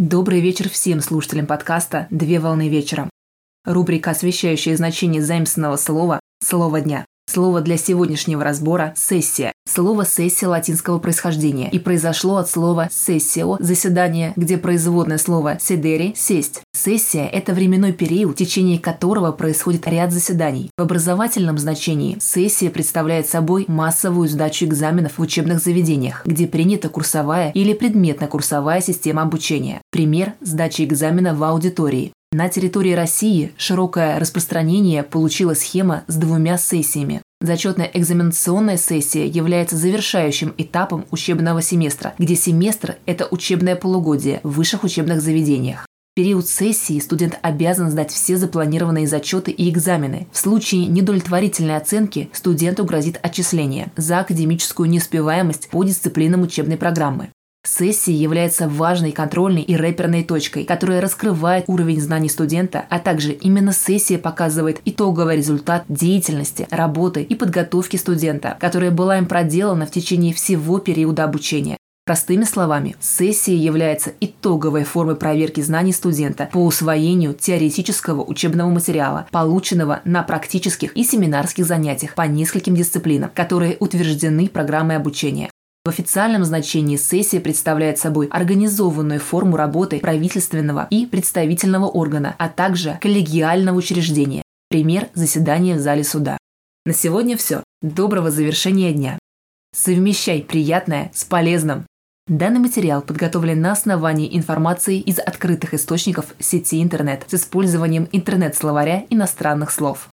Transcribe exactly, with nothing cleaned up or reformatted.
Добрый вечер всем слушателям подкаста «Две волны вечером». Рубрика, освещающая значение заимствованного слова «Слово дня». Слово для сегодняшнего разбора – «сессия». Слово «сессия» латинского происхождения и произошло от слова «sessio» – «заседание», где производное слово «sedere» – «сесть». Сессия – это временной период, в течение которого происходит ряд заседаний. В образовательном значении сессия представляет собой массовую сдачу экзаменов в учебных заведениях, где принята курсовая или предметно-курсовая система обучения. Пример – сдача экзамена в аудитории. На территории России широкое распространение получила схема с двумя сессиями. Зачетная экзаменационная сессия является завершающим этапом учебного семестра, где семестр – это учебное полугодие в высших учебных заведениях. В период сессии студент обязан сдать все запланированные зачеты и экзамены. В случае неудовлетворительной оценки студенту грозит отчисление за академическую неуспеваемость по дисциплинам учебной программы. Сессия является важной контрольной и реперной точкой, которая раскрывает уровень знаний студента, а также именно сессия показывает итоговый результат деятельности, работы и подготовки студента, которая была им проделана в течение всего периода обучения. Простыми словами, сессия является итоговой формой проверки знаний студента по усвоению теоретического учебного материала, полученного на практических и семинарских занятиях по нескольким дисциплинам, которые утверждены программой обучения. В официальном значении сессия представляет собой организованную форму работы правительственного и представительного органа, а также коллегиального учреждения. Пример – заседание в зале суда. На сегодня все. Доброго завершения дня. Совмещай приятное с полезным. Данный материал подготовлен на основании информации из открытых источников сети интернет с использованием интернет-словаря иностранных слов.